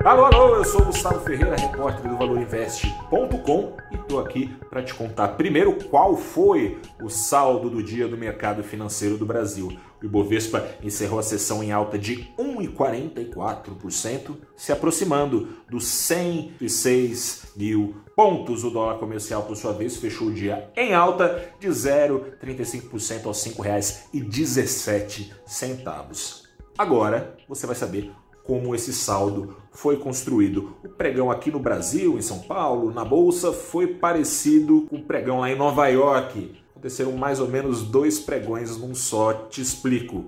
Alô, alô, eu sou o Gustavo Ferreira, repórter do ValorInvest.com e estou aqui para te contar primeiro qual foi o saldo do dia do mercado financeiro do Brasil. O Ibovespa encerrou a sessão em alta de 1,44%, se aproximando dos 106 mil pontos. O dólar comercial, por sua vez, fechou o dia em alta de 0,35% aos R$ 5,17. Agora você vai saber como esse saldo foi construído. O pregão aqui no Brasil, em São Paulo, na Bolsa, foi parecido com o pregão lá em Nova York. Aconteceram mais ou menos 2 pregões num só, te explico.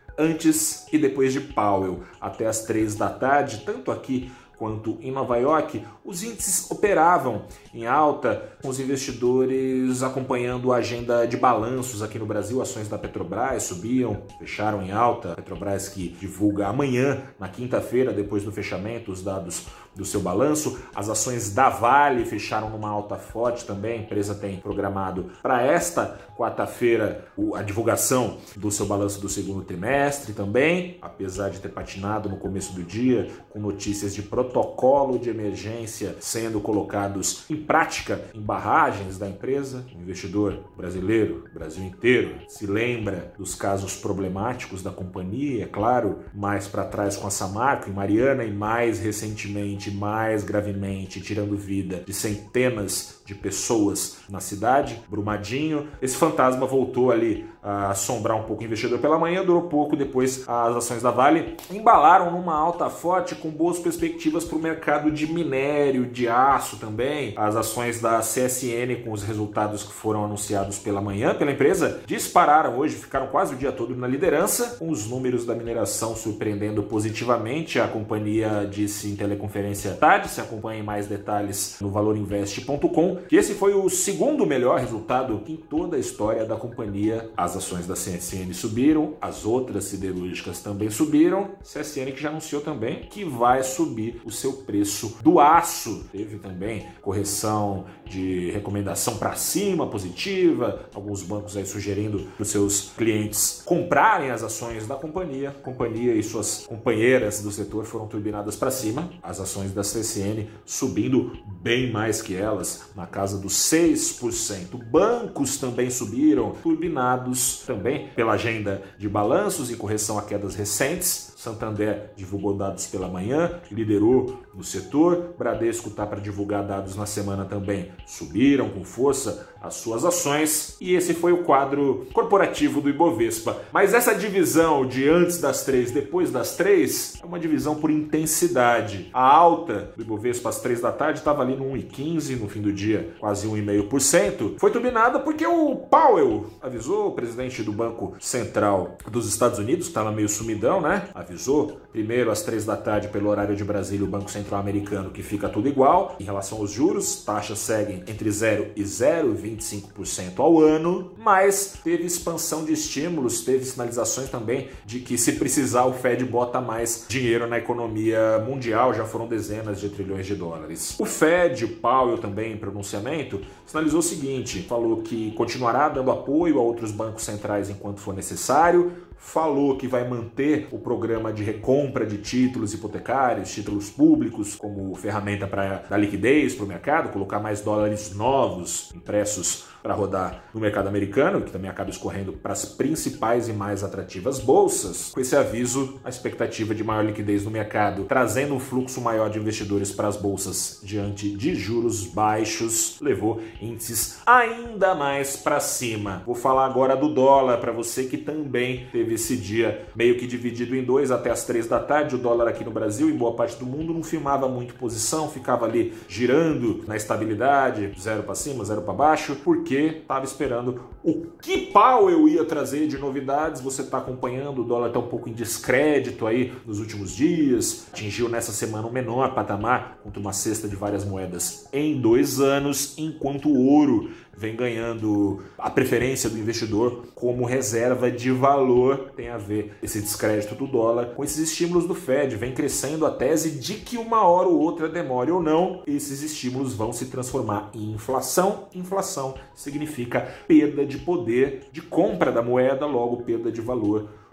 Antes e depois de Powell, até as 3 da tarde, tanto aqui quanto em Nova York, os índices operavam em alta, com os investidores acompanhando a agenda de balanços aqui no Brasil. Ações da Petrobras subiam, fecharam em alta. A Petrobras que divulga amanhã, na quinta-feira, depois do fechamento, os dados do seu balanço. As ações da Vale fecharam numa alta forte também. A empresa tem programado para esta quarta-feira a divulgação do seu balanço do segundo trimestre também, apesar de ter patinado no começo do dia, com notícias de protocolo de emergência sendo colocados em prática em barragens da empresa. O investidor brasileiro, o Brasil inteiro, se lembra dos casos problemáticos da companhia, é claro, mais para trás com a Samarco e Mariana, e mais recentemente, mais gravemente, tirando vida de centenas de pessoas na cidade, Brumadinho. Esse fantasma voltou ali a assombrar um pouco o investidor pela manhã, durou pouco. Depois as ações da Vale embalaram numa alta forte, com boas perspectivas para o mercado de minério, de aço também. As ações da CSN, com os resultados que foram anunciados pela manhã pela empresa, dispararam hoje, ficaram quase o dia todo na liderança, com os números da mineração surpreendendo positivamente. A companhia disse em teleconferência tarde, se acompanhe mais detalhes no ValorInvest.com, que esse foi o segundo melhor resultado em toda a história da companhia. As ações da CSN subiram, as outras siderúrgicas também subiram. CSN que já anunciou também que vai subir o seu preço do aço. Teve também correção de recomendação para cima, positiva, alguns bancos aí sugerindo para os seus clientes comprarem as ações da companhia. A companhia e suas companheiras do setor foram turbinadas para cima, as ações da CSN subindo bem mais que elas, na casa dos 6%. Bancos também subiram, turbinados também pela agenda de balanços e correção a quedas recentes. Santander divulgou dados pela manhã, liderou no setor. Bradesco está para divulgar dados na semana também. Subiram com força as suas ações. E esse foi o quadro corporativo do Ibovespa. Mas essa divisão de antes das 3, depois das 3, é uma divisão por intensidade. A alta do Ibovespa às 3 da tarde estava ali no 1,15, no fim do dia quase 1,5%. Foi turbinada porque o Powell avisou, o presidente do Banco Central dos Estados Unidos, que estava meio sumidão, né? Avisou primeiro às 3 da tarde pelo horário de Brasília o Banco Central americano que fica tudo igual. Em relação aos juros, taxas seguem entre 0 e 0,25% ao ano, mas teve expansão de estímulos, teve sinalizações também de que, se precisar, o Fed bota mais dinheiro na economia mundial. Já foram dezenas de trilhões de dólares. O Fed, o Powell também, em pronunciamento, sinalizou o seguinte: falou que continuará dando apoio a outros bancos centrais enquanto for necessário, falou que vai manter o programa de recompra de títulos hipotecários, títulos públicos, como ferramenta para dar liquidez para o mercado, colocar mais dólares novos impressos para rodar no mercado americano, que também acaba escorrendo para as principais e mais atrativas bolsas. Com esse aviso, a expectativa de maior liquidez no mercado, trazendo um fluxo maior de investidores para as bolsas diante de juros baixos, levou índices ainda mais para cima. Vou falar agora do dólar para você que também teve esse dia meio que dividido em dois. Até as 3 da tarde, o dólar aqui no Brasil e boa parte do mundo não firmava muito posição, ficava ali girando na estabilidade, 0 para cima, 0 para baixo, porque estava esperando o que Powell ia trazer de novidades. Você está acompanhando, o dólar está um pouco em descrédito aí nos últimos dias, atingiu nessa semana o menor patamar contra uma cesta de várias moedas em 2 anos, enquanto o ouro vem ganhando a preferência do investidor como reserva de valor. Tem a ver esse descrédito do dólar com esses estímulos do Fed. Vem crescendo a tese de que uma hora ou outra, demore ou não, esses estímulos vão se transformar em inflação. Inflação significa perda de poder de compra da moeda, logo perda de valor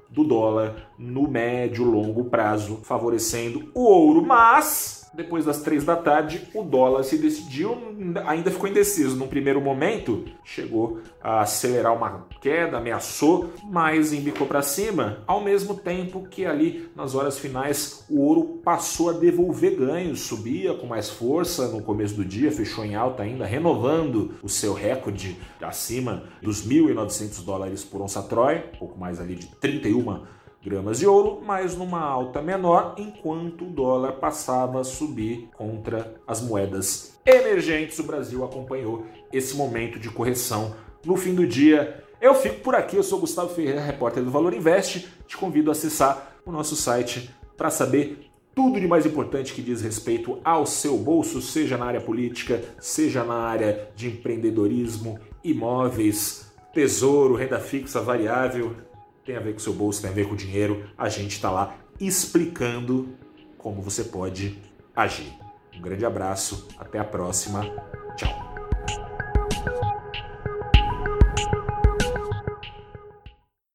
do dólar no médio e longo prazo, favorecendo o ouro. Mas depois das 3 da tarde, o dólar se decidiu, ainda ficou indeciso. No primeiro momento, chegou a acelerar uma queda, ameaçou, mas embicou para cima, ao mesmo tempo que ali, nas horas finais, o ouro passou a devolver ganhos, subia com mais força no começo do dia, fechou em alta ainda, renovando o seu recorde acima dos 1.900 dólares por onça Troy, pouco mais ali de 31 gramas de ouro, mas numa alta menor, enquanto o dólar passava a subir contra as moedas emergentes. O Brasil acompanhou esse momento de correção no fim do dia. Eu fico por aqui, eu sou Gustavo Ferreira, repórter do Valor Invest. Te convido a acessar o nosso site para saber tudo de mais importante que diz respeito ao seu bolso, seja na área política, seja na área de empreendedorismo, imóveis, tesouro, renda fixa, variável. Tem a ver com o seu bolso, tem a ver com o dinheiro. A gente está lá explicando como você pode agir. Um grande abraço, até a próxima. Tchau.